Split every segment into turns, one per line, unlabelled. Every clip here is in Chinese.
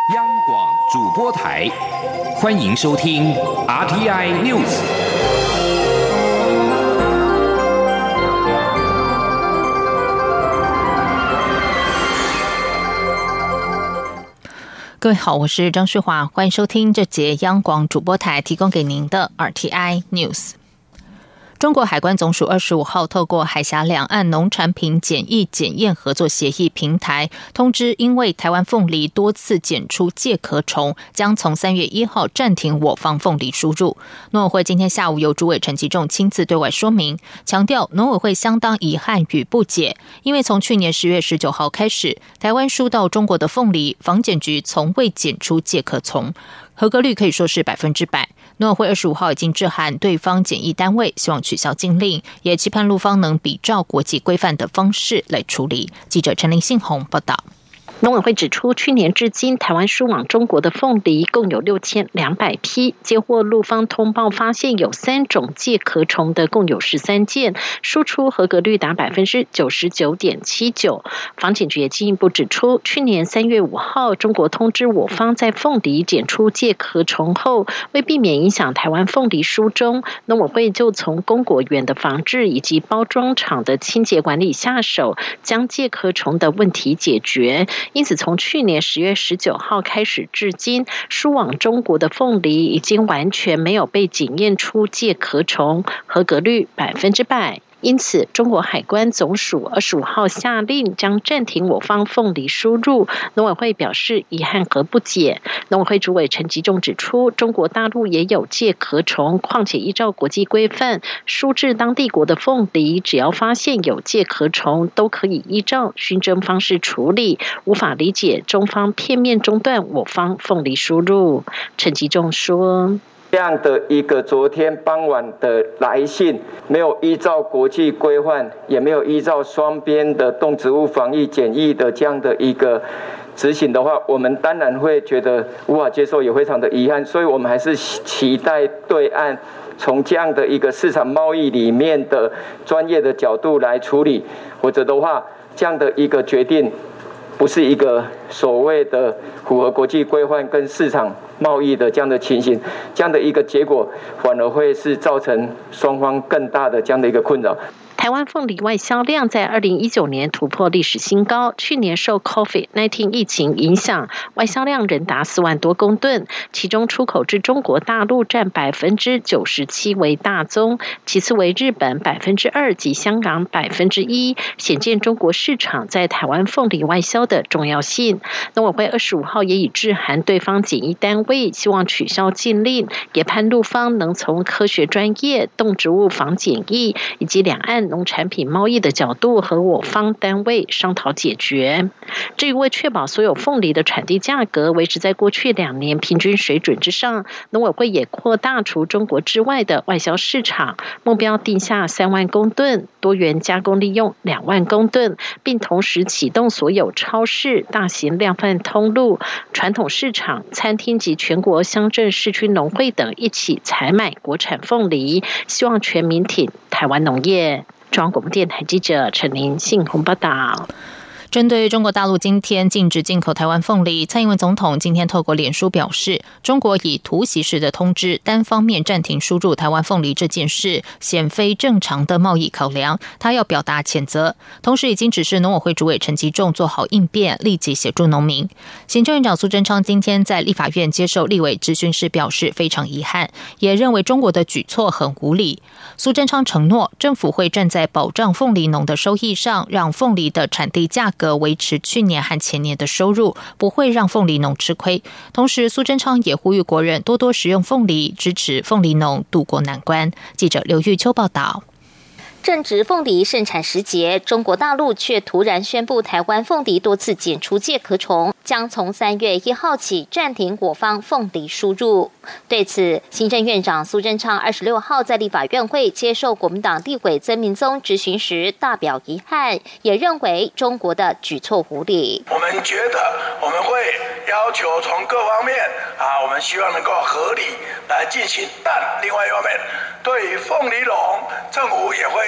央广主播台，欢迎收听 RTI News。
各位好，我是张旭华，欢迎收听这节央广主播台提供给您的 RTI News。中国海关总署25号透过海峡两岸农产品检疫检验合作协议平台通知，因为台湾凤梨多次检出介壳虫，将从3月1号暂停我方凤梨输入。农委会今天下午由主委陈吉仲亲自对外说明，强调农委会相当遗憾与不解，因为从去年10月19号开始，台湾输到中国的凤梨，防检局从未检出介壳虫，合格率可以说是100%。农委会25号已经致函对方检疫单位，希望取消禁令，也期盼陆方能比照国际规范的方式来处理。记者陈林信宏报道。
农委会指出，去年至今，台湾输往中国的凤梨共有6200批，接获陆方通报，发现有3种介壳虫的共有13件，输出合格率达99.79%。防检局也进一步指出，去年3月5号，中国通知我方在凤梨检出介壳虫后，为避免影响台湾凤梨输中，农委会就从供果园的防治以及包装厂的清洁管理下手，将介壳虫的问题解决。因此，从去年10月19号开始至今，输往中国的凤梨已经完全没有被检验出介壳虫，合格率100%。因此，中国海关总署25号下令将暂停我方凤梨输入，农委会表示遗憾和不解。农委会主委陈吉仲指出，中国大陆也有介壳虫，况且依照国际规范，输至当地国的凤梨，只要发现有介壳虫，都可以依照熏蒸方式处理，无法理解中方片面中断我方凤梨输入。陈吉仲说，
这样的一个昨天傍晚的来信，没有依照国际规范，也没有依照双边的动植物防疫检疫的这样的一个执行的话，我们当然会觉得无法接受，也非常的遗憾。所以我们还是期待对岸从这样的一个市场贸易里面的专业的角度来处理，否则的话，这样的一个决定不是一个所谓的符合国际规范跟市场贸易的这样的情形，这样的一个结果反而会是造成双方更大的这样的一个困扰。
台湾凤梨外销量在2019年突破历史新高，去年受 COVID-19 疫情影响，外销量仍达4万多公吨，其中出口至中国大陆占97%为大宗，其次为日本2%及香港1%，显见中国市场在台湾凤梨外销的重要性。农委会25号也已致函对方检疫单位，希望取消禁令，也盼陆方能从科学专业、动植物防检疫以及两岸农产品贸易的角度和我方单位商讨解决。至于为确保所有凤梨的产地价格维持在过去2年平均水准之上，农委会也扩大除中国之外的外销市场，目标定下3万公吨，多元加工利用2万公吨，并同时启动所有超市、大型量贩通路、传统市场、餐厅及全国乡镇市区农会等一起采买国产凤梨，希望全民挺台湾农业。中央广播电台记者陈林信宏报道。
针对中国大陆今天禁止进口台湾凤梨，蔡英文总统今天透过脸书表示，中国以突袭式的通知单方面暂停输入台湾凤梨这件事，显非正常的贸易考量，他要表达谴责，同时已经指示农委会主委陈吉仲做好应变，立即协助农民。行政院长苏贞昌今天在立法院接受立委质询时表示非常遗憾，也认为中国的举措很无理。苏贞昌承诺，政府会站在保障凤梨农的收益上，让凤梨的产地价格维持去年和前年的收入，不会让凤梨农吃亏。同时，苏贞昌也呼吁国人多多食用凤梨，支持凤梨农渡过难关。记者刘玉秋报道。
正值凤梨盛产时节，中国大陆却突然宣布台湾凤梨多次检出介壳虫，将从3月1号起暂停我方凤梨输入。对此，行政院长苏贞昌26号在立法院会接受国民党立委曾明宗质询时大表遗憾，也认为中国的举措无理。
我们觉得我们会要求从各方面我们希望能够合理来进行，但另外一方面，对于凤梨农，政府也会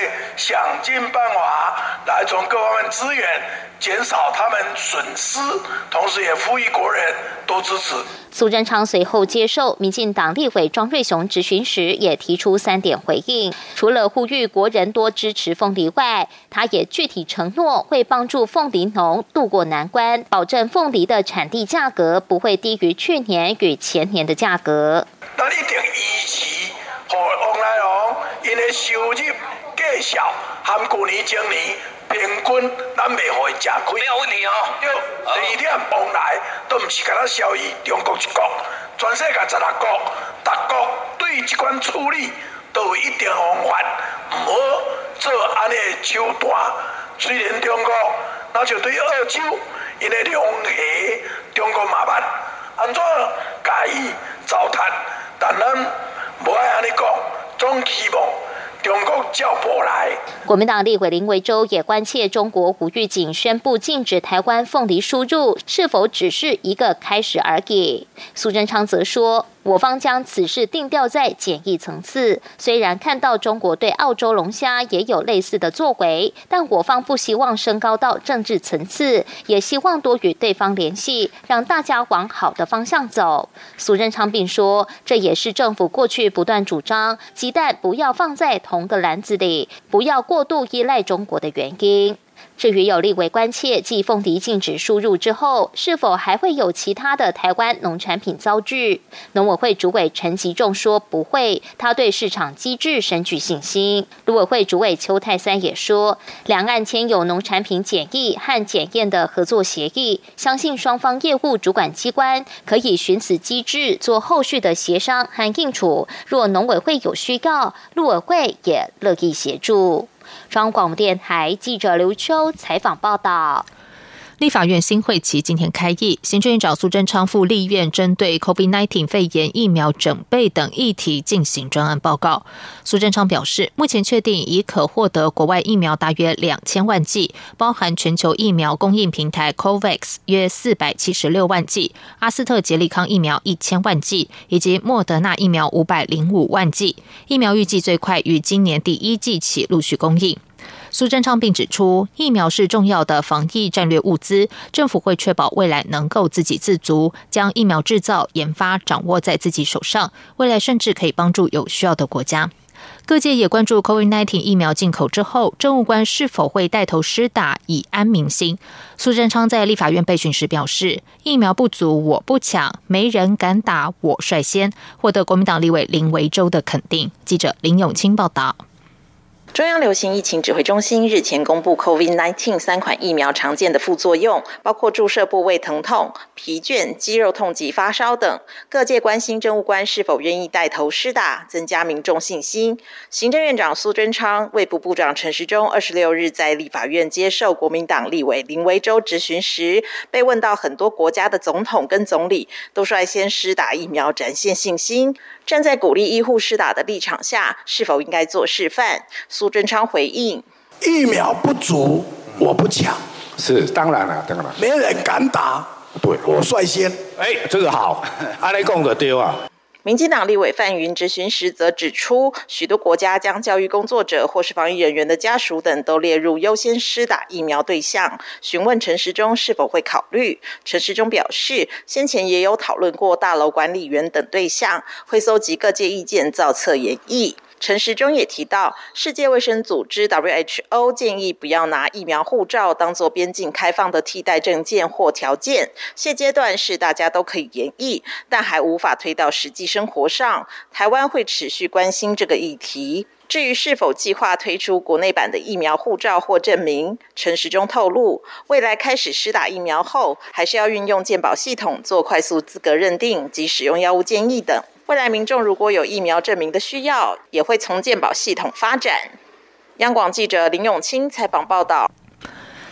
想尽办法来从各方面支援，减少他们损失，同时也呼吁国人多支持。
苏贞昌随后接受民进党立委庄瑞雄质询时，也提出3点回应。除了呼吁国人多支持凤梨外，他也具体承诺会帮助凤梨农渡过难关，保证凤梨的产地价格不会低于去年与前年的价格。
咱一定依持，互往来农因的收入计少，含去年前年平均，咱袂互伊吃亏。没有问题哦。对，第二点，往来都唔是干那销于中国一国，全世界16国，各国对这款处理都有一定方法，唔好做安尼的手段。虽然中国，那就对澳洲因的龙虾，中国嘛捌，安怎甲伊糟蹋？但咱无爱安尼讲，总希望中国叫不来。
国民党立委林维洲也关切中国无预警宣布禁止台湾凤梨输入，是否只是一个开始而已？苏贞昌则说，我方将此事定调在检疫层次，虽然看到中国对澳洲龙虾也有类似的作为，但我方不希望升高到政治层次，也希望多与对方联系，让大家往好的方向走。苏贞昌并说，这也是政府过去不断主张鸡蛋不要放在同个篮子里，不要过度依赖中国的原因。至于有立委关切，继凤梨禁止输入之后，是否还会有其他的台湾农产品遭拒？农委会主委陈吉仲说不会，他对市场机制深具信心。陆委会主委邱泰三也说，两岸签有农产品检疫和检验的合作协议，相信双方业务主管机关可以循此机制做后续的协商和应处。若农委会有需要，陆委会也乐意协助。中央广播电台记者刘秋采访报道。
立法院新会期今天开议，行政院长苏贞昌赴立院针对 COVID-19 肺炎疫苗整备等议题进行专案报告。苏贞昌表示，目前确定已可获得国外疫苗大约2000万剂，包含全球疫苗供应平台 COVAX 约476万剂，阿斯特捷利康疫苗1000万剂，以及莫德纳疫苗505万剂。疫苗预计最快于今年第1季起陆续供应。苏贞昌并指出，疫苗是重要的防疫战略物资，政府会确保未来能够自给自足，将疫苗制造、研发掌握在自己手上，未来甚至可以帮助有需要的国家。各界也关注 COVID-19 疫苗进口之后，政务官是否会带头施打，以安民心。苏贞昌在立法院备询时表示，疫苗不足我不抢，没人敢打我率先，获得国民党立委林维洲的肯定。记者林永清报道。
中央流行疫情指挥中心日前公布 COVID-19 3款疫苗常见的副作用，包括注射部位疼痛、疲倦、肌肉痛及发烧等。各界关心政务官是否愿意带头施打，增加民众信心。行政院长苏贞昌、卫部部长陈时中26日在立法院接受国民党立委林维洲质询时，被问到很多国家的总统跟总理都率先施打疫苗展现信心，站在鼓励医护施打的立场下，是否应该做示范？苏贞昌回应：
疫苗不足，我不抢。
是，当然了，当然了，
没人敢打，
对，
我率先。
这个好，按你讲的对啊。
民进党立委范云质询时则指出，许多国家将教育工作者或是防疫人员的家属等都列入优先施打疫苗对象，询问陈时中是否会考虑。陈时中表示，先前也有讨论过大楼管理员等对象，会搜集各界意见，造册研议。陈时中也提到，世界卫生组织 WHO 建议不要拿疫苗护照当作边境开放的替代证件或条件，现阶段是大家都可以研议，但还无法推到实际生活上。台湾会持续关心这个议题。至于是否计划推出国内版的疫苗护照或证明，陈时中透露，未来开始施打疫苗后，还是要运用健保系统做快速资格认定及使用药物建议等。未来民众如果有疫苗证明的需要，也会从健保系统发展。央广记者林永清采访报道。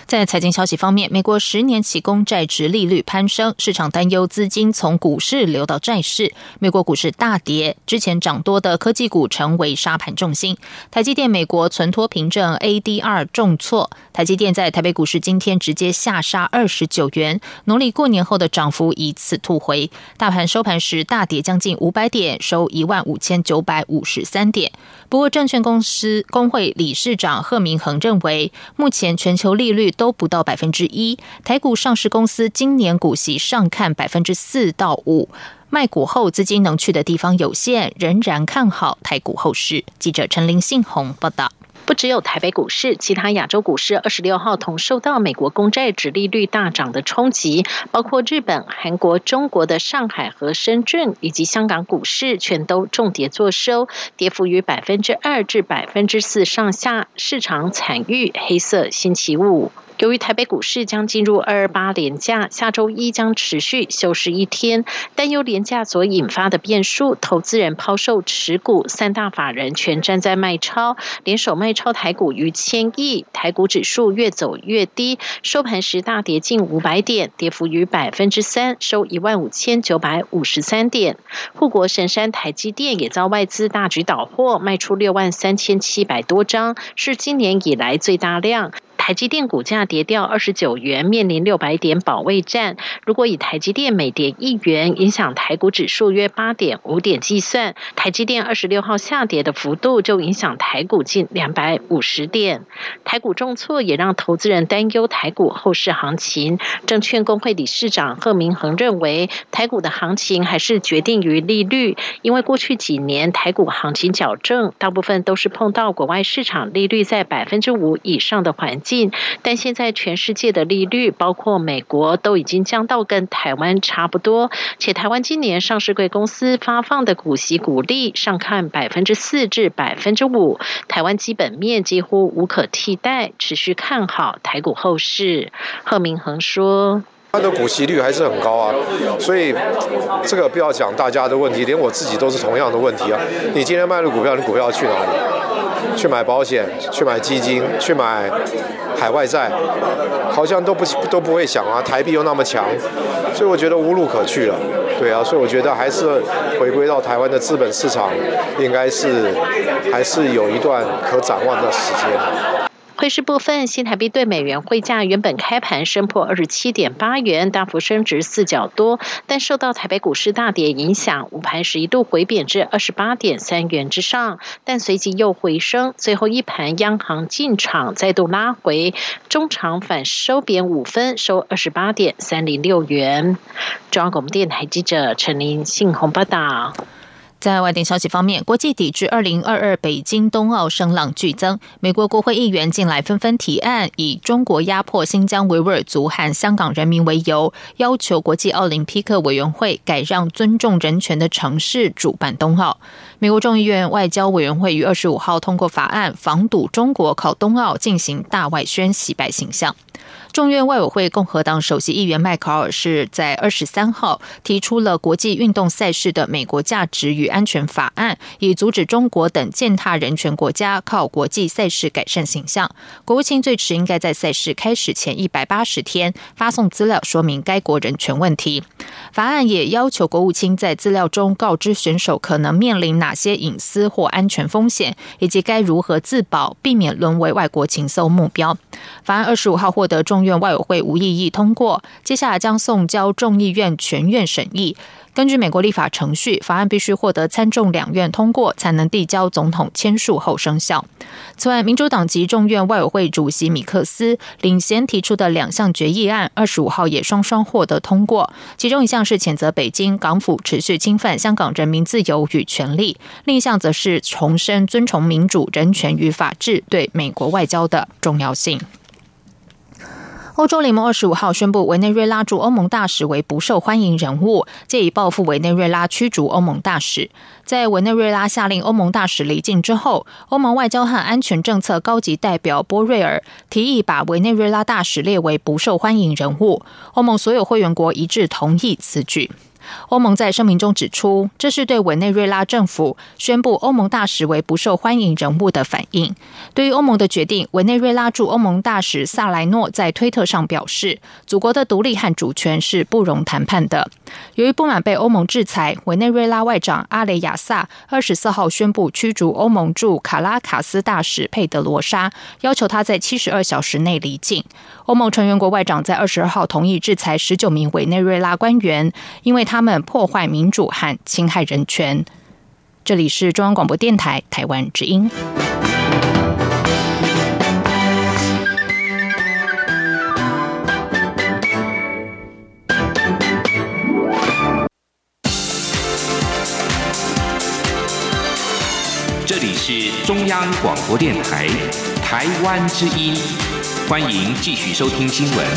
在财经消息方面，美国10年期公债殖利率攀升，市场担忧资金从股市流到债市，美国股市大跌，之前涨多的科技股成为沙盘重心。台积电美国存托凭证 ADR 重挫，台积电在台北股市今天直接下杀29元，农历过年后的涨幅以此吐回。大盘收盘时大跌将近500点，收15953点。不过证券公司公会理事长贺明恒认为，目前全球利率都不到1%，台股上市公司今年股息上看4%到5%，卖股后资金能去的地方有限，仍然看好台股后市。记者陈林信宏报道。
不只有台北股市，其他亚洲股市26号同受到美国公债殖利率大涨的冲击，包括日本、韩国、中国的上海和深圳以及香港股市全都重跌作收，跌幅于2%至4%上下，市场惨遇黑色星期五。由于台北股市将进入228连假，下周一将持续休市1天，担忧连假所引发的变数，投资人抛售持股，3大法人全站在卖超，联手卖超台股逾1000亿，台股指数越走越低，收盘时大跌近500点，跌幅逾3%，收15953点。护国神山台积电也遭外资大举倒货，卖出63700多张，是今年以来最大量。台积电股价跌掉29元，面临600点保卫战。如果以台积电每跌1元影响台股指数约8.5点计算，台积电26号下跌的幅度就影响台股近250点。台股重挫也让投资人担忧台股后市行情。证券公会理事长贺明恒认为，台股的行情还是决定于利率，因为过去几年台股行情矫正，大部分都是碰到国外市场利率在5%以上的环境。但现在全世界的利率包括美国都已经降到跟台湾差不多，且台湾今年上市柜公司发放的股息股利上看4%至5%，台湾基本面几乎无可替代，持续看好台股后市。贺明恒说，
它的股息率还是很高啊，所以这个不要讲大家的问题，连我自己都是同样的问题啊。你今天卖了股票，你股票要去哪里？去买保险，去买基金，去买海外债，好像都不会想啊。台币又那么强，所以我觉得无路可去了。对啊，所以我觉得还是回归到台湾的资本市场，应该是还是有一段可展望的时间。
汇市部分，新台币对美元汇价原本开盘升破27.8元，大幅升值4角多，但受到台北股市大跌影响，午盘时一度回贬至28.3元之上，但随即又回升，最后一盘央行进场再度拉回，中场反收贬5分，收28.306元。中央广播电台记者陈林信宏报道。
在外电消息方面，国际抵制2022北京冬奥声浪剧增，美国国会议员近来纷纷提案，以中国压迫新疆维吾尔族和香港人民为由，要求国际奥林匹克委员会改让尊重人权的城市主办冬奥。美国众议院外交委员会于25号通过法案，防堵中国靠冬奥进行大外宣洗白形象。众院外委会共和党首席议员麦考尔是在23号提出了国际运动赛事的美国价值与安全法案，以阻止中国等践踏人权国家靠国际赛事改善形象。国务卿最迟应该在赛事开始前180天发送资料说明该国人权问题。法案也要求国务卿在资料中告知选手可能面临哪些隐私或安全风险，以及该如何自保，避免沦为外国情搜目标。法案25号获得众院外委会无异议通过，接下来将送交众议院全院审议。根据美国立法程序，法案必须获得参众两院通过，才能递交总统签署后生效。此外，民主党籍众院外委会主席米克斯领衔提出的2项决议案25号也双双获得通过，其中一项是谴责北京港府持续侵犯香港人民自由与权利，另一项则是重申尊崇民主、人权与法治对美国外交的重要性。欧洲联盟25号宣布，委内瑞拉驻欧盟大使为不受欢迎人物，借以报复委内瑞拉驱逐欧盟大使。在委内瑞拉下令欧盟大使离境之后，欧盟外交和安全政策高级代表波瑞尔提议把委内瑞拉大使列为不受欢迎人物，欧盟所有会员国一致同意此举。 欧盟在声明中指出，这是对委内瑞拉政府宣布欧盟大使为不受欢迎人物的反应。对于欧盟的决定，委内瑞拉驻欧盟大使萨莱诺在推特上表示，祖国的独立和主权是不容谈判的。由于不满被欧盟制裁，委内瑞拉外长阿雷亚萨24号宣布驱逐欧盟驻卡拉卡斯大使佩德罗莎，要求他在72小时内离境。欧盟成员国外长在22号同意制裁19名委内瑞拉官员，因为他们破坏民主和侵害人权。这里是中央广播电台台湾之音。
这里是中央广播电台台湾之音，欢迎继续收听新闻。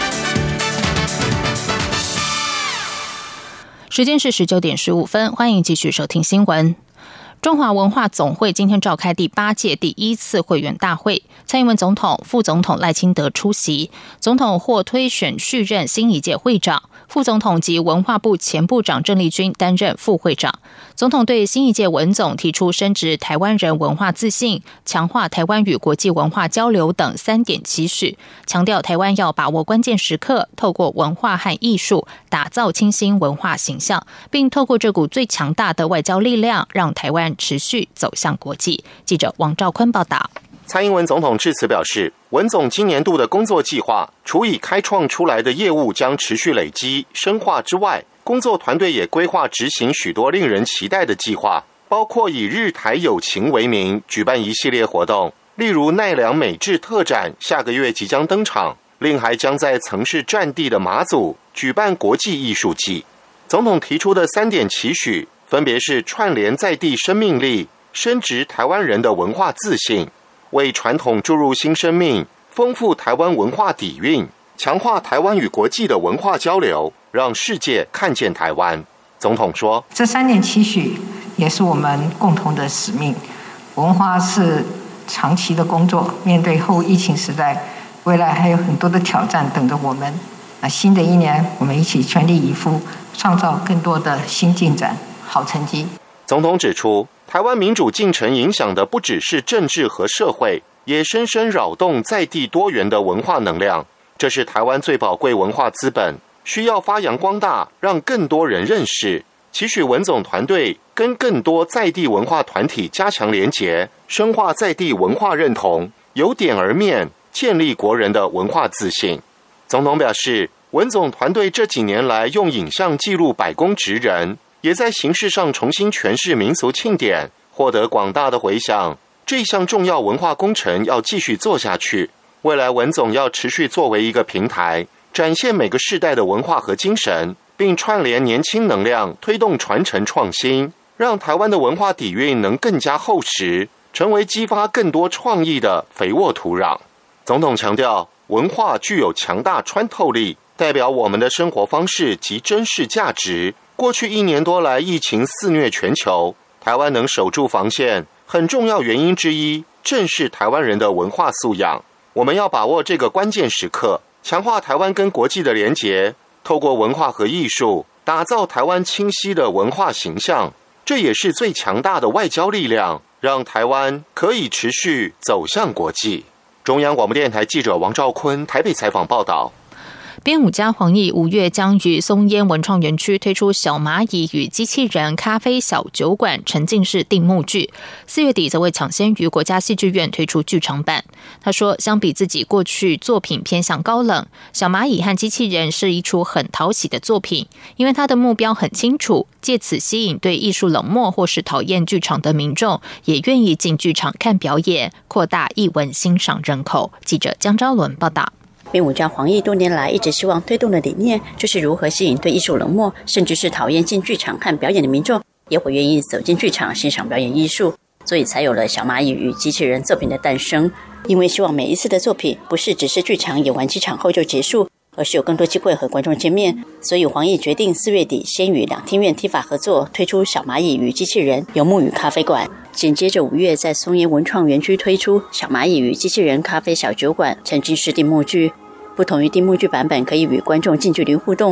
时间是19点15分，欢迎继续收听新闻。中华文化总会今天召开第8届第1次会员大会，蔡英文总统、副总统赖清德出席，总统获推选续任新一届会长，副总统及文化部前部长郑丽君担任副会长。总统对新一届文总提出深植台湾人文化自信、强化台湾与国际文化交流等3点期许，强调台湾要把握关键时刻，透过文化和艺术打造清新文化形象，并透过这股最强大的外交力量，让台湾持续走向国际。记者王兆坤报道。
蔡英文总统致辞表示，文总今年度的工作计划，除以开创出来的业务将持续累积深化之外，工作团队也规划执行许多令人期待的计划，包括以日台友情为名举办一系列活动，例如奈良美智特展下个月即将登场，另还将在曾是战地的马祖举办国际艺术季。总统提出的3点期许，分别是串联在地生命力，深植台湾人的文化自信，为传统注入新生命，丰富台湾文化底蕴，强化台湾与国际的文化交流，让世界看见台湾。总统说，
这3点期许也是我们共同的使命。文化是长期的工作，面对后疫情时代，未来还有很多的挑战等着我们。那新的一年，我们一起全力以赴，创造更多的新进展、好成绩。
总统指出，台湾民主进程影响的不只是政治和社会，也深深扰动在地多元的文化能量。这是台湾最宝贵文化资本，需要发扬光大，让更多人认识。期许文总团队跟更多在地文化团体加强连结，深化在地文化认同，由点而面，建立国人的文化自信。总统表示，文总团队这几年来用影像记录百工职人，也在形式上重新诠释民俗庆典，获得广大的回响。这项重要文化工程要继续做下去。未来文总要持续作为一个平台，展现每个世代的文化和精神，并串联年轻能量，推动传承创新，让台湾的文化底蕴能更加厚实，成为激发更多创意的肥沃土壤。总统强调，文化具有强大穿透力，代表我们的生活方式及珍视价值。过去1年多来，疫情肆虐全球，台湾能守住防线，很重要原因之一正是台湾人的文化素养。我们要把握这个关键时刻，强化台湾跟国际的连结，透过文化和艺术，打造台湾清晰的文化形象。这也是最强大的外交力量，让台湾可以持续走向国际。中央广播电台记者王兆坤台北采访报道。
编舞家黄奕5月将于松烟文创园区推出小蚂蚁与机器人咖啡小酒馆沉浸式定目剧，4月底则会抢先于国家戏剧院推出剧场版。他说，相比自己过去作品偏向高冷，小蚂蚁和机器人是一出很讨喜的作品，因为他的目标很清楚，借此吸引对艺术冷漠或是讨厌剧场的民众，也愿意进剧场看表演，扩大艺文欣赏人口。记者江昭伦报道。
编舞家黄奕多年来一直希望推动的理念，就是如何吸引对艺术冷漠，甚至是讨厌进剧场看表演的民众，也会愿意走进剧场欣赏表演艺术，所以才有了小蚂蚁与机器人作品的诞生。因为希望每一次的作品不是只是剧场演完几场后就结束，而是有更多机会和观众见面，所以黄奕决定4月底先与两厅院 TIFA 合作，推出小蚂蚁与机器人游牧与咖啡馆。紧接着5月在松烟文创园区推出小蚂蚁与机器人咖啡小酒馆沉浸式定目剧。不同于定目剧版本可以与观众近距离互动，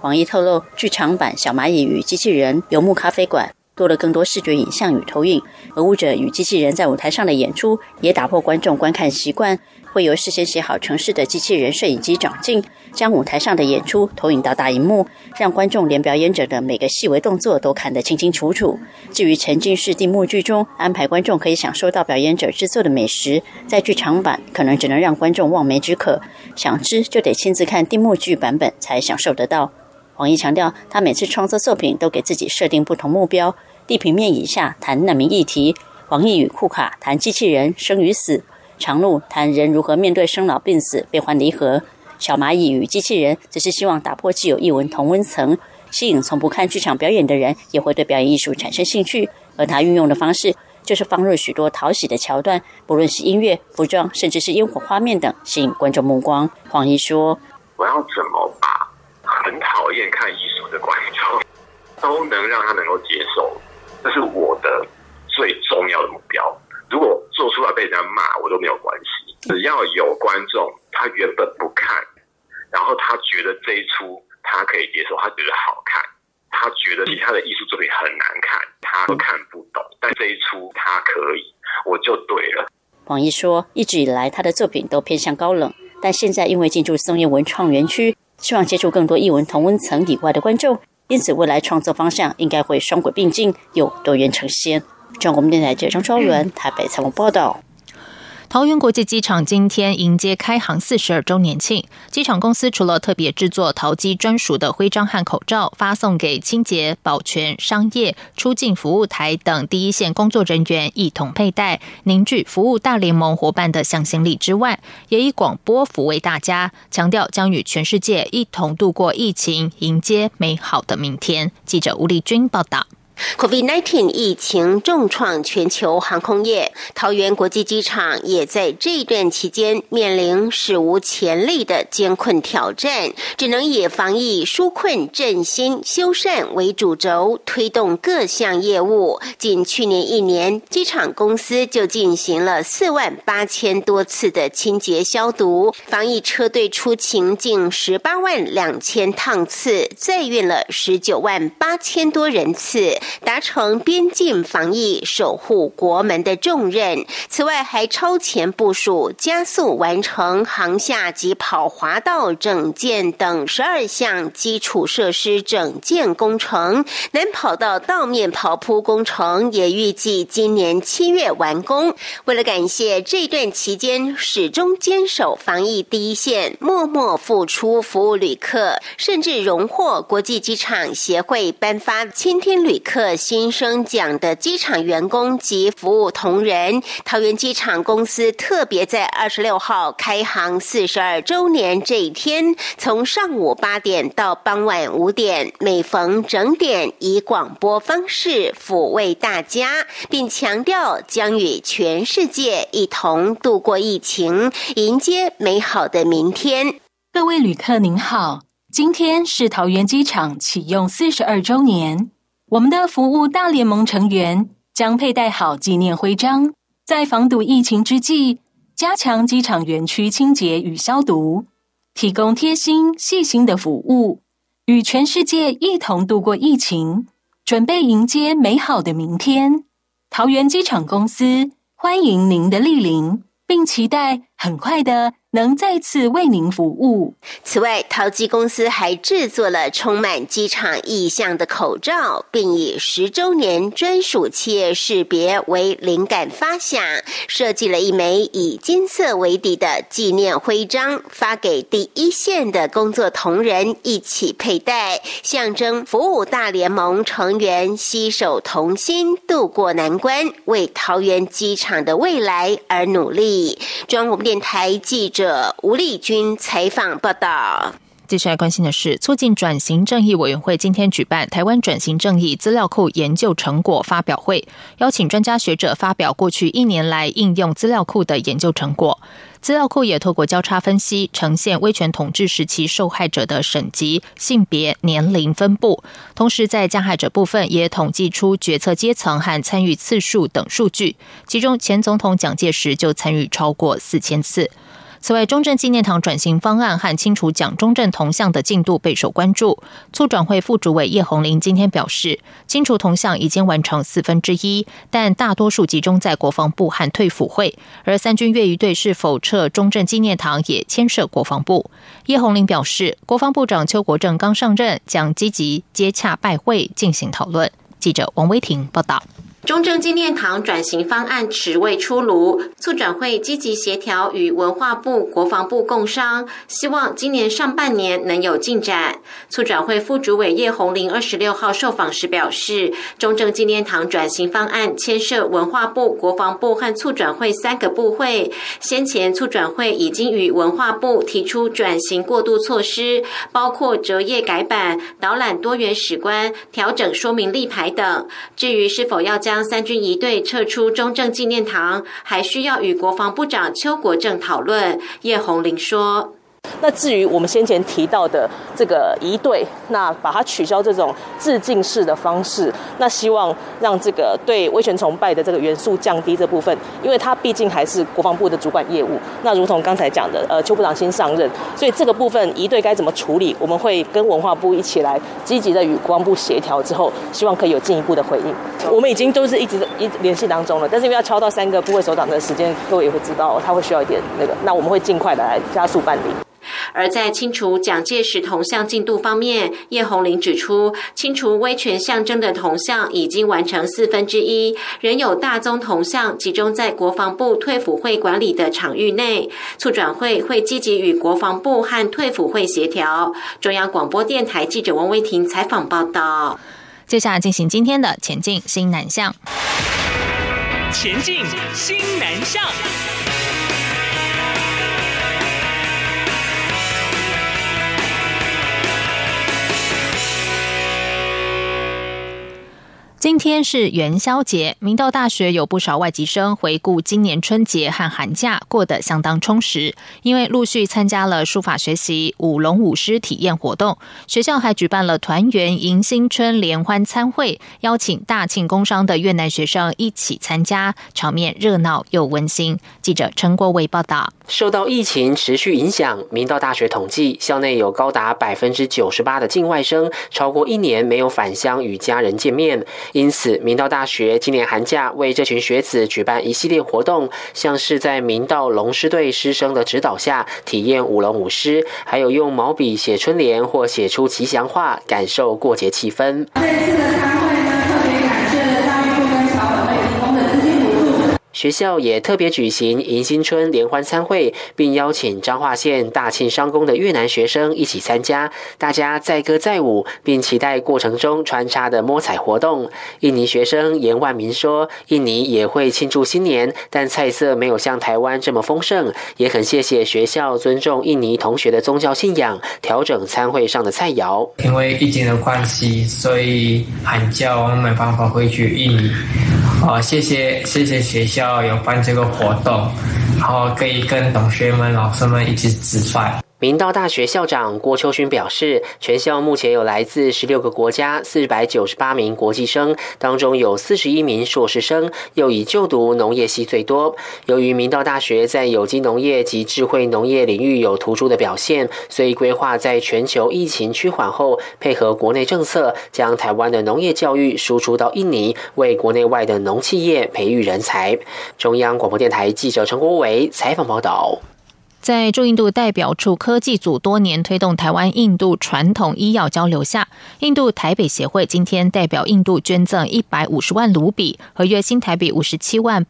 黄奕透露，剧场版《小蚂蚁与机器人》游牧咖啡馆多了更多视觉影像与投影，而舞者与机器人在舞台上的演出也打破观众观看习惯，会由事先写好程式的机器人摄影机长镜，将舞台上的演出投影到大荧幕，让观众连表演者的每个细微动作都看得清清楚楚。至于沉浸式定目剧中安排观众可以享受到表演者制作的美食，在剧场版可能只能让观众望梅止渴，想吃就得亲自看定目剧版本才享受得到。黄奕强调，他每次创作作品都给自己设定不同目标，地平面以下谈难民议题，黄奕与库卡谈机器人生与死，长路谈人如何面对生老病死悲欢离合，小蚂蚁与机器人只是希望打破既有艺文同温层，吸引从不看剧场表演的人也会对表演艺术产生兴趣，而他运用的方式就是放入许多讨喜的桥段，不论是音乐、服装，甚至是烟火画面等，吸引观众目光。黄奕说，
我要怎么把很讨厌看艺术的观众都能让他能够接受，这是我的最重要的目标。如果做出来被人家骂我都没有关系，只要有观众他原本不看，然后他觉得这一出他可以接受，他觉得好看，他觉得其他的艺术作品很难看，他都看不懂，但这一出他可以，我就对了。
黄奕说，一直以来他的作品都偏向高冷，但现在因为进驻松烟文创园区，希望接触更多艺文同温层以外的观众，因此未来创作方向应该会双轨并进，有多元呈现。中国电台记者张昭伦台北采访报道。
桃园国际机场今天迎接开航42周年庆，机场公司除了特别制作桃机专属的徽章和口罩，发送给清洁、保全、商业、出境服务台等第一线工作人员一同佩戴，凝聚服务大联盟伙伴的向心力之外，也以广播抚慰大家，强调将与全世界一同度过疫情，迎接美好的明天。记者吴丽君报道。
COVID-19 疫情重创全球航空业，桃园国际机场也在这一段期间面临史无前例的艰困挑战，只能以防疫纾困振兴修缮为主轴，推动各项业务。仅去年1年，机场公司就进行了48000多次的清洁消毒，防疫车队出勤近182000趟次，载运了198000多人次，达成边境防疫、守护国门的重任。此外，还超前部署，加速完成航厦及跑滑道整建等12项基础设施整建工程。南跑道道面刨铺工程也预计今年7月完工。为了感谢这段期间始终坚守防疫第一线、默默付出服务旅客，甚至荣获国际机场协会颁发千天旅客新生奖的机场员工及服务同仁，桃园机场公司特别在26号开航42周年这一天，从上午8点到傍晚5点，每逢整点以广播方式抚慰大家，并强调将与全世界一同度过疫情，迎接美好的明天。
各位旅客您好，今天是桃园机场启用42周年，我们的服务大联盟成员将佩戴好纪念徽章，在防堵疫情之际，加强机场园区清洁与消毒，提供贴心细心的服务，与全世界一同度过疫情，准备迎接美好的明天。桃园机场公司欢迎您的莅临，并期待很快的能再次为您服务。
此外，桃机公司还制作了充满机场意象的口罩，并以10周年专属企业识别为灵感发想，设计了一枚以金色为底的纪念徽章，发给第一线的工作同仁一起佩戴，象征服务大联盟成员携手同心度过难关，为桃园机场的未来而努力。中央广播电台记者吴丽君采访报道。
接下来关心的是，促进转型正义委员会今天举办台湾转型正义资料库研究成果发表会，邀请专家学者发表过去1年来应用资料库的研究成果。资料库也透过交叉分析，呈现威权统治时期受害者的省级、性别、年龄分布，同时在加害者部分也统计出决策阶层和参与次数等数据，其中前总统蒋介石就参与超过4000次。 此外，中正纪念堂转型方案和清除蒋中正铜像的进度备受关注。促转会副主委叶宏麟今天表示，清除铜像已经完成1/4，但大多数集中在国防部和退辅会，而三军阅仪队是否撤中正纪念堂也牵涉国防部。叶宏麟表示，国防部长邱国正刚上任，将积极接洽拜会进行讨论。记者王威婷报道。
中正纪念堂转型方案迟未出炉，促转会积极协调与文化部、国防部共商，希望今年上半年能有进展。促转会副主委叶宏麟26号受访时表示，中正纪念堂转型方案牵涉文化部、国防部和促转会3个部会。先前促转会已经与文化部提出转型过渡措施，包括折页改版、导览多元史观、调整说明立牌等。至于是否要将三军仪队撤出中正纪念堂，还需要与国防部长邱国正讨论。叶宏麟说，
那至于我们先前提到的这个仪队，那把它取消这种致敬式的方式，那希望让这个对威权崇拜的这个元素降低这部分，因为它毕竟还是国防部的主管业务。那如同刚才讲的，邱部长新上任，所以这个部分仪队该怎么处理，我们会跟文化部一起来积极的与国防部协调之后，希望可以有进一步的回应。我们已经都是一直联系当中了，但是因为要敲到3个部会首长的时间，各位也会知道，他会需要一点那我们会尽快的来加速办理。
而在清除蒋介石铜像进度方面，叶宏麟指出，清除威权象征的铜像已经完成1/4，仍有大宗铜像集中在国防部退辅会管理的场域内。促转会会积极与国防部和退辅会协调。中央广播电台记者王威婷采访报道。
接下来进行今天的前进新南向。
前进新南向。
今天是元宵节，明道大学有不少外籍生回顾今年春节和寒假过得相当充实，因为陆续参加了书法学习、舞龙舞狮体验活动，学校还举办了团圆迎新春联欢餐会，邀请大庆工商的越南学生一起参加，场面热闹又温馨。记者陈国伟报道。
受到疫情持续影响，明道大学统计，校内有高达98%的境外生超过1年没有返乡与家人见面，因此明道大学今年寒假为这群学子举办一系列活动，像是在明道龙狮队师生的指导下体验舞龙舞狮，还有用毛笔写春联或写出吉祥话，感受过节气氛。这次的参会呢，特别感谢了教育部跟侨委会提供的资金补助。学校也特别举行迎新春联欢餐会，并邀请彰化县大庆商工的越南学生一起参加，大家载歌载舞，并期待过程中穿插的摸彩活动。印尼学生严万民说，印尼也会庆祝新年，但菜色没有像台湾这么丰盛，也很谢谢学校尊重印尼同学的宗教信仰，调整餐会上的菜肴。
因为疫情的关系，所以寒假我们没办法回去印尼。谢谢学校有办这个活动，然后可以跟同学们、老师们一起吃饭。
明道大学校长郭秋勋表示，全校目前有来自16个国家498名国际生，当中有41名硕士生，又以就读农业系最多。由于明道大学在有机农业及智慧农业领域有突出的表现，所以规划在全球疫情趋缓后，配合国内政策，将台湾的农业教育输出到印尼，为国内外的农企业培育人才。中央广播电台记者陈国伟采访报道。
在驻印度代表处科技组多年推动台湾印度传统医药交流下，印度台北协会今天代表印度捐赠150万卢比，合约新台币57万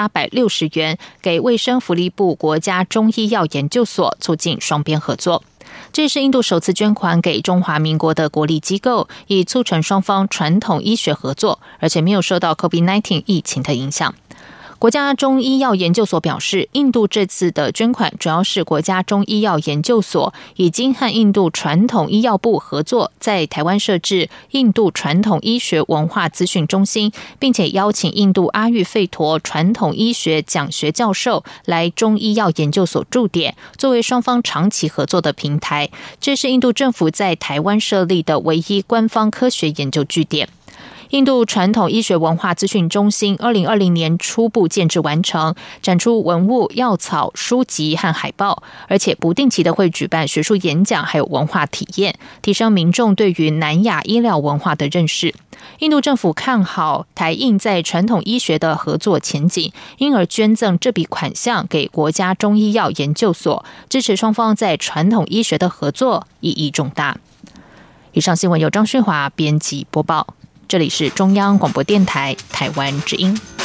0860元给卫生福利部国家中医药研究所，促进双边合作。这是印度首次捐款给中华民国的国立机构，以促成双方传统医学合作，而且没有受到 COVID-19 疫情的影响。国家中医药研究所表示，印度这次的捐款主要是国家中医药研究所已经和印度传统医药部合作，在台湾设置印度传统医学文化资讯中心，并且邀请印度阿育吠陀传统医学讲学教授来中医药研究所驻点，作为双方长期合作的平台。这是印度政府在台湾设立的唯一官方科学研究据点。 印度传统医学文化资讯中心2020年初步建制完成，展出文物、药草、书籍和海报，而且不定期的会举办学术演讲，还有文化体验，提升民众对于南亚医疗文化的认识。印度政府看好台印在传统医学的合作前景，因而捐赠这笔款项给国家中医药研究所，支持双方在传统医学的合作，意义重大。以上新闻由张旭华编辑播报，这里是中央广播电台台湾之音。